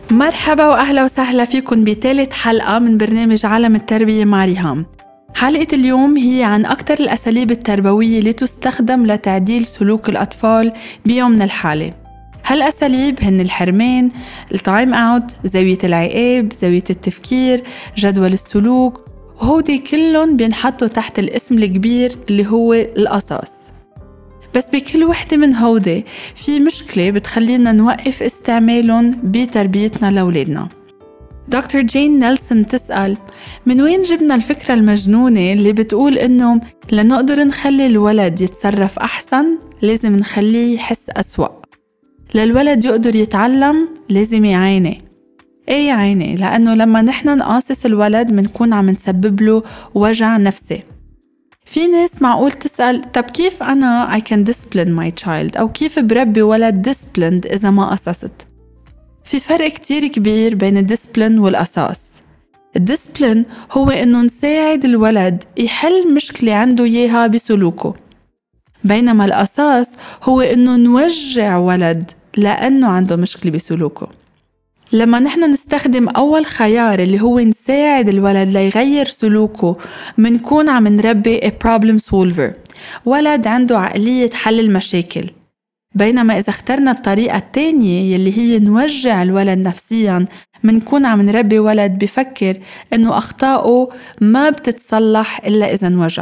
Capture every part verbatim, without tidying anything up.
مرحبا وأهلا وسهلا فيكم بثالث حلقة من برنامج عالم التربية مع ريهام. حلقة اليوم هي عن أكثر الأساليب التربوية اللي تستخدم لتعديل سلوك الأطفال بيوم من الحالة. هالأساليب هن الحرمان، التايم أوت، زاوية العقاب، زاوية التفكير، جدول السلوك، وهودي كلهم بينحطوا تحت الاسم الكبير اللي هو القصص. بس بكل وحدة من هودي في مشكلة بتخلينا نوقف استعمالهم بتربيتنا لأولادنا. دكتور جين نيلسون تسأل: من وين جبنا الفكرة المجنونة اللي بتقول إنه لنقدر نخلي الولد يتصرف أحسن لازم نخليه يحس أسوأ، للولد يقدر يتعلم لازم يعاني؟ إيه يعاني؟ لأنه لما نحن نقاصص الولد منكون عم نسبب له وجع نفسي. في ناس معقول تسأل: طب كيف أنا I can discipline my child؟ أو كيف بربي ولد disciplined إذا ما قصصت؟ في فرق كتير كبير بين الديسبلين والقصاص. الديسبلين هو إنه نساعد الولد يحل مشكلة عنده إياها بسلوكه، بينما القصاص هو إنه نوجع ولد لأنه عنده مشكلة بسلوكه. لما نحن نستخدم أول خيار اللي هو نساعد الولد ليغير سلوكه، منكون عم نربي a problem solver، ولد عنده عقلية حل المشاكل. بينما إذا اخترنا الطريقة التانية يلي هي نوجع الولد نفسياً، منكون عم نربي ولد بفكر إنه أخطاؤه ما بتتصلح إلا إذا نوجع.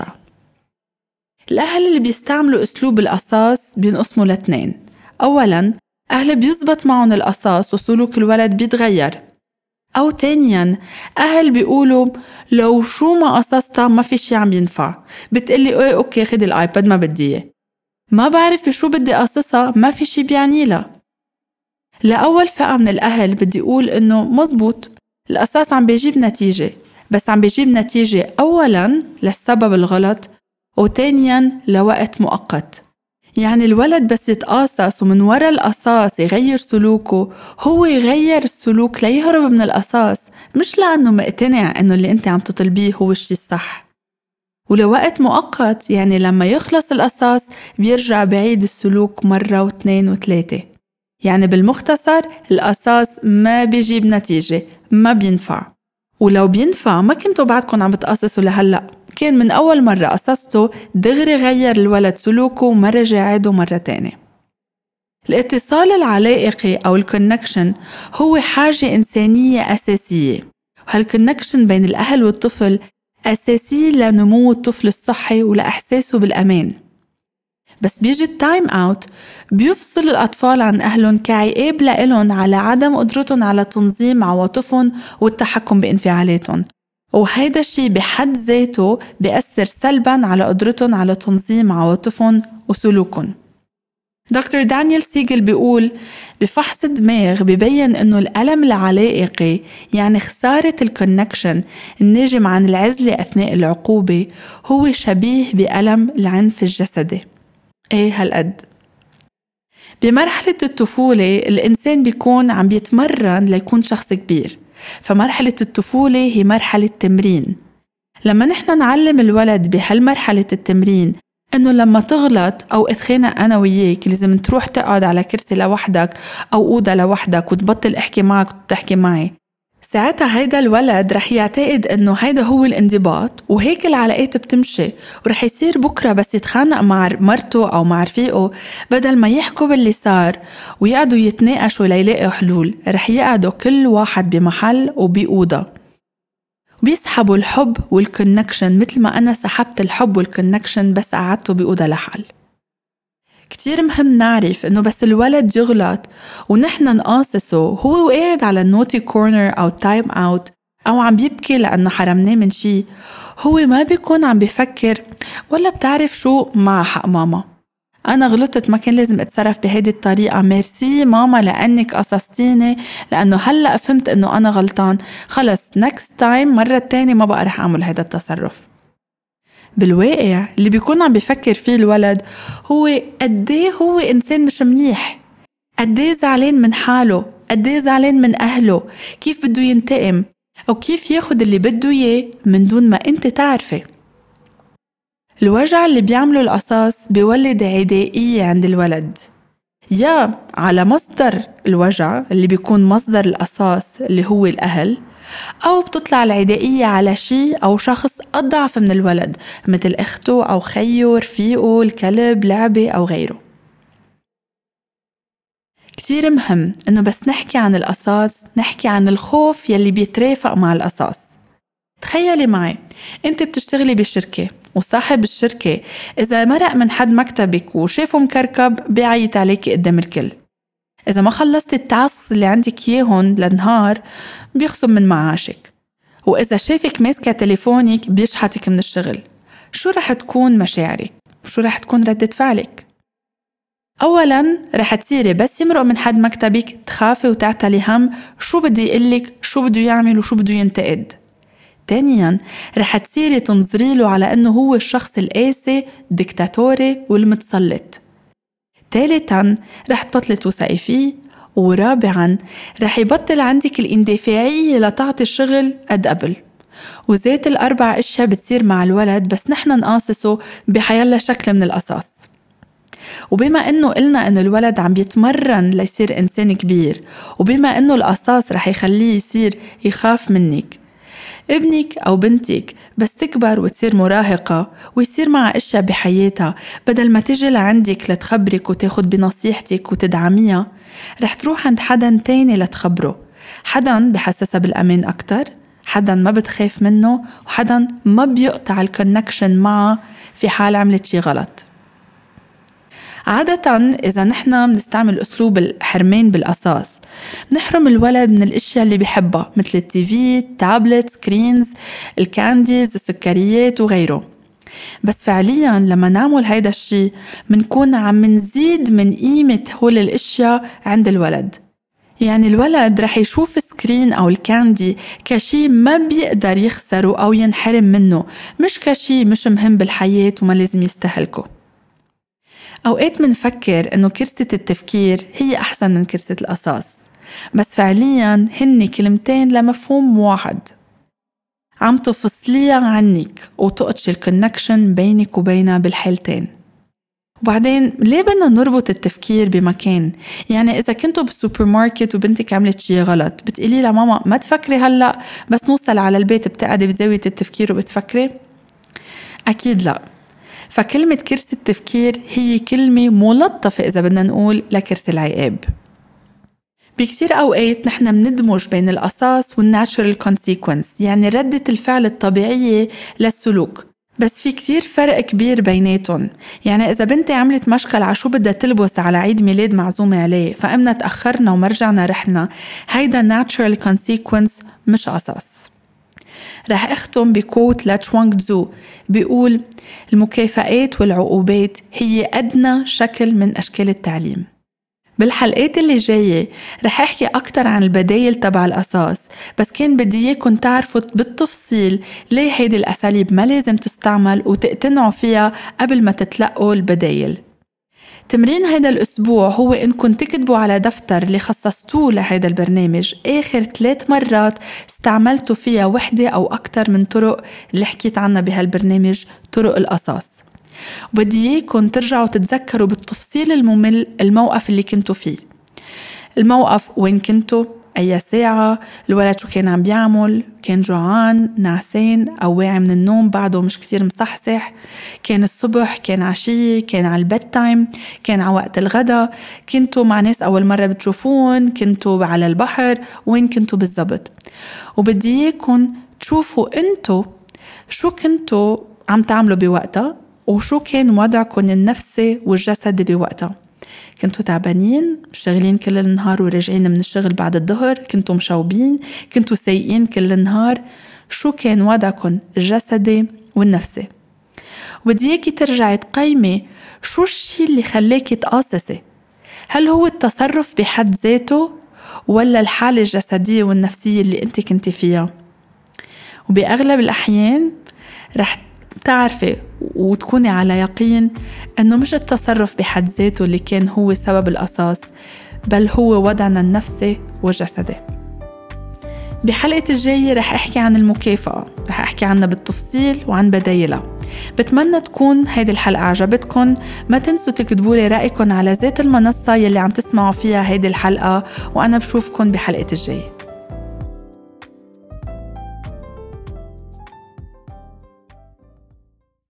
الأهل اللي بيستعملوا أسلوب القصاص بينقسموا لاثنين. أولاً، أهل بيزبط معهم القصاص وسلوك الولد بيتغير، أو تانياً أهل بيقولوا لو شو ما قصصتها ما في شي عم ينفع، بتقلي ايه أوكي خدي الآيباد ما بدي إياه، ما بعرف بشو بدي قصصها ما في شي بيعني لها. لأول فئة من الأهل بدي أقول إنه مزبوط، القصاص عم بيجيب نتيجة، بس عم بيجيب نتيجة أولاً للسبب الغلط، وتانياً لوقت مؤقت. يعني الولد بس يتقاصص ومن وراء القصاص يغير سلوكه، هو يغير السلوك ليهرب من القصاص، مش لأنه مقتنع إنه اللي أنت عم تطلبيه هو الشي الصح. ولوقت مؤقت يعني لما يخلص القصاص بيرجع بعيد السلوك مرة واثنين وثلاثة. يعني بالمختصر القصاص ما بيجيب نتيجة، ما بينفع. ولو بينفع ما كنتوا بعدكم عم بتقصصوا لهلأ، كان من أول مرة قصصته دغري غير الولد سلوكه وما رجع عيده مرة تانية. الاتصال العلائقي أو الكونكشن هو حاجة إنسانية أساسية، وهالكونكشن بين الأهل والطفل أساسي لنمو الطفل الصحي ولإحساسه بالأمان. بس بيجي التايم أوت بيفصل الأطفال عن أهلهم كعقاب لإلهم على عدم قدرتهم على تنظيم عواطفهم والتحكم بانفعالاتهم، وهيدا الشيء بحد ذاته بيأثر سلباً على قدرتهم على تنظيم عواطفهم وسلوكهم. دكتور دانيال سيجل بيقول بفحص الدماغ بيبين إنه الألم العلائقي يعني خسارة الكونكشن الناجم عن العزلة أثناء العقوبة هو شبيه بألم العنف الجسدي. إيه هالقد؟ بمرحلة الطفولة الإنسان بيكون عم بيتمرن ليكون شخص كبير، فمرحلة الطفولة هي مرحلة تمرين. لما نحن نعلم الولد بهالمرحلة التمرين إنه لما تغلط أو اتخانق أنا وياك لازم تروح تقعد على كرسي لوحدك أو أوضة لوحدك وتبطل احكي معك وتحكي معي، ساعتها هيدا الولد رح يعتقد إنه هيدا هو الانضباط وهيك العلاقات بتمشي، ورح يصير بكرة بس يتخانق مع مرته أو مع رفيقه بدل ما يحكوا باللي صار ويقعدوا يتناقشوا ليلاقوا حلول، رح يقعدوا كل واحد بمحل وبأوضة بيسحبوا الحب والكونكشن، مثل ما أنا سحبت الحب والكونكشن بس قعدته بأوضة لحال. كتير مهم نعرف إنه بس الولد يغلط ونحن نقاصصه هو قاعد على النوتي كورنر أو تايم أوت أو عم بيبكي لأنه حرمناه من شي، هو ما بيكون عم بيفكر ولا بتعرف شو مع حق ماما، أنا غلطت ما كان لازم أتصرف بهذه الطريقة، ميرسي ماما لأنك قصصتيني لأنه هلأ فهمت إنه أنا غلطان، خلص next time مرة تانية ما بقى رح أعمل هذا التصرف. بالواقع اللي بيكون عم بيفكر فيه الولد هو قديه هو إنسان مش منيح، قديه زعلان من حاله، قديه زعلان من أهله، كيف بده ينتقم أو كيف ياخد اللي بده إياه من دون ما أنت تعرفي. الوجع اللي بيعمله القصاص بيولد عدائية عند الولد، يا على مصدر الوجع اللي بيكون مصدر الأساس اللي هو الأهل، أو بتطلع العدائية على شيء أو شخص أضعف من الولد مثل أخته أو خيه، رفيقه، الكلب، لعبة أو غيره. كتير مهم إنه بس نحكي عن الأساس نحكي عن الخوف يلي بيترافق مع الأساس. تخيلي معي أنت بتشتغلي بشركة وصاحب الشركة إذا مرق من حد مكتبك وشافه مكركب بيعيط عليك قدام الكل. إذا ما خلصت التعص اللي عندك ياهن لنهار بيخصم من معاشك. وإذا شافك ماسكة تليفونك بيشحتك من الشغل. شو رح تكون مشاعرك؟ شو رح تكون ردة فعلك؟ أولاً رح تصيري بس يمرق من حد مكتبك تخافي وتعتلي هم شو بدي يقلك، شو بده يعمل وشو بده ينتقد. ثانياً رح تصيري تنظريله على أنه هو الشخص القاسي ديكتاتوري والمتسلط. ثالثاً رح تبطلي توثقي فيه. ورابعاً رح يبطل عندك الاندفاعية لتعطي الشغل قد قبل. وذات الأربع أشياء بتصير مع الولد بس نحن نقاصصه بحيالله شكل من الأساس. وبما أنه قلنا أنه الولد عم بيتمرن ليصير إنسان كبير، وبما أنه الأساس رح يخليه يصير يخاف منك، ابنك أو بنتك بس تكبر وتصير مراهقة ويصير معها أشياء بحياتها، بدل ما تجي لعندك لتخبرك وتاخد بنصيحتك وتدعميها، رح تروح عند حدا تاني لتخبره، حدا بحسسها بالأمان أكتر، حدا ما بتخاف منه، وحدا ما بيقطع الكونكشن معه في حال عملت شي غلط. عادة إذا نحن بنستعمل أسلوب الحرمان بالأساس نحرم الولد من الأشياء اللي بيحبها مثل التي في، التابلت، سكرينز، الكانديز، السكريات وغيره. بس فعلياً لما نعمل هيدا الشي منكون عم نزيد من قيمة هول الأشياء عند الولد. يعني الولد رح يشوف سكرين أو الكاندي كشي ما بيقدر يخسره أو ينحرم منه، مش كشي مش مهم بالحياة وما لازم يستهلكه. أوقات منفكر إنه كرسة التفكير هي أحسن من كرسة الأساس، بس فعلياً هن كلمتين لمفهوم واحد، عم تفصليها عنك وتقطش الكونكشن بينك وبينها بالحالتين. وبعدين ليه بدنا نربط التفكير بمكان؟ يعني إذا كنتوا بالسوبر ماركت وبنتك عملت شي غلط بتقولي لها ماما ما تفكري هلأ، بس نوصل على البيت بتقعدي بزاوية التفكير وبتفكري؟ أكيد لا. فكلمة كرسي التفكير هي كلمة ملطفة إذا بدنا نقول لكرسي العقاب. بكتير أوقات نحن مندمج بين الأساس والناتشورال كونسيكونس، يعني ردة الفعل الطبيعية للسلوك، بس في كتير فرق كبير بيناتهم. يعني إذا بنتي عملت مشكل عشو بدها تلبس على عيد ميلاد معزومة عليه فقمنا تأخرنا ومرجعنا رحنا، هيدا ناتشورال كونسيكونس مش أساس. رح أختم بكوت لتشوانغ تزو بيقول المكافآت والعقوبات هي أدنى شكل من أشكال التعليم. بالحلقات اللي جاية رح أحكي أكتر عن البدايل تبع الأساس، بس كان بدي إياكم تعرفوا بالتفصيل ليه هيدي الأساليب ما لازم تستعمل وتقتنعوا فيها قبل ما تتلقوا البدايل. تمرين هيدا الأسبوع هو إنكم تكتبوا على دفتر اللي خصصتوه لهيدا البرنامج آخر ثلاث مرات استعملتوا فيها وحدة أو أكتر من طرق اللي حكيت عنها بهالبرنامج، طرق الأساس. وبدي إياكم ترجعوا تتذكروا بالتفصيل الممل الموقف اللي كنتوا فيه، الموقف وين كنتوا، أي ساعة، الولد شو كان عم بيعمل، كان جوعان، نعسان أو واعي من النوم بعده مش كتير مصحصح، كان الصبح، كان عشية، كان على البيت تايم، كان على وقت الغدا، كنتوا مع ناس أول مرة بتشوفون، كنتوا على البحر، وين كنتوا بالضبط. وبدي إياكم تشوفوا أنتوا شو كنتوا عم تعملوا بوقتها وشو كان وضعكم النفسي والجسدي بوقتها. كنتوا تعبانين شغالين كل النهار وراجعين من الشغل بعد الظهر، كنتوا مشوبين، كنتوا سايقين كل النهار، شو كان وضعكم الجسدي والنفسي. وبدي اياكي ترجعي تقيمي شو الشي اللي خلاكي تقاصصي، هل هو التصرف بحد ذاته ولا الحالة الجسدية والنفسية اللي انت كنتي فيها. وبأغلب الأحيان رح تعرفي وتكوني على يقين أنه مش التصرف بحد ذاته اللي كان هو سبب الأساس، بل هو وضعنا النفسي والجسدي. بحلقة الجاية رح أحكي عن المكافأة، رح أحكي عنها بالتفصيل وعن بدايلها. بتمنى تكون هيدي الحلقة عجبتكن. ما تنسوا تكتبوا لي رأيكن على ذات المنصة يلي عم تسمعوا فيها هيدي الحلقة، وأنا بشوفكن بحلقة الجاي.